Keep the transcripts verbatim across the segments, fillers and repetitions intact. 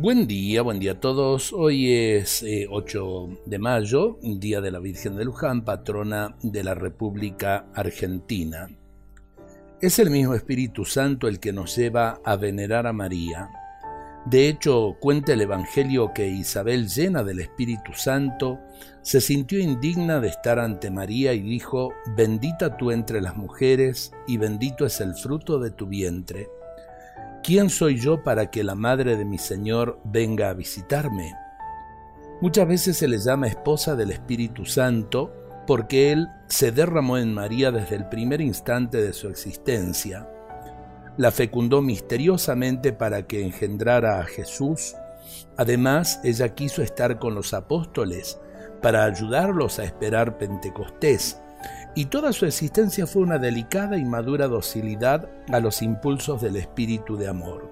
Buen día, buen día a todos. Hoy es eh, ocho de mayo, Día de la Virgen de Luján, patrona de la República Argentina. Es el mismo Espíritu Santo el que nos lleva a venerar a María. De hecho, cuenta el Evangelio que Isabel, llena del Espíritu Santo, se sintió indigna de estar ante María y dijo: «Bendita tú entre las mujeres, y bendito es el fruto de tu vientre. ¿Quién soy yo para que la madre de mi Señor venga a visitarme?». Muchas veces se le llama esposa del Espíritu Santo porque Él se derramó en María desde el primer instante de su existencia. La fecundó misteriosamente para que engendrara a Jesús. Además, ella quiso estar con los apóstoles para ayudarlos a esperar Pentecostés, y toda su existencia fue una delicada y madura docilidad a los impulsos del Espíritu de amor.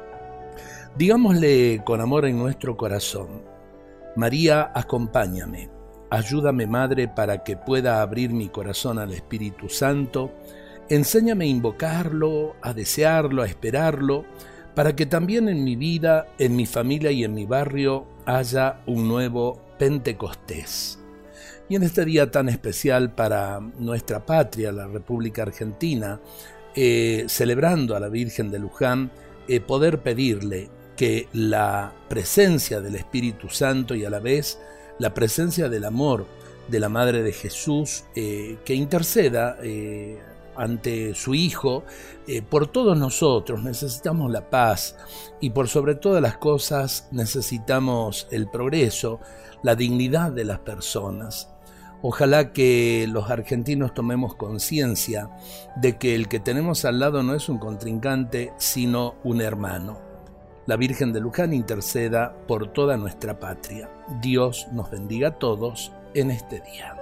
Digámosle con amor en nuestro corazón: María, acompáñame, ayúdame, Madre, para que pueda abrir mi corazón al Espíritu Santo. Enséñame a invocarlo, a desearlo, a esperarlo, para que también en mi vida, en mi familia y en mi barrio haya un nuevo Pentecostés. Y en este día tan especial para nuestra patria, la República Argentina, eh, celebrando a la Virgen de Luján, eh, poder pedirle que la presencia del Espíritu Santo y a la vez la presencia del amor de la Madre de Jesús, eh, que interceda eh, ante su Hijo eh, por todos nosotros. Necesitamos la paz y por sobre todas las cosas necesitamos el progreso, la dignidad de las personas. Ojalá que los argentinos tomemos conciencia de que el que tenemos al lado no es un contrincante, sino un hermano. La Virgen de Luján interceda por toda nuestra patria. Dios nos bendiga a todos en este día.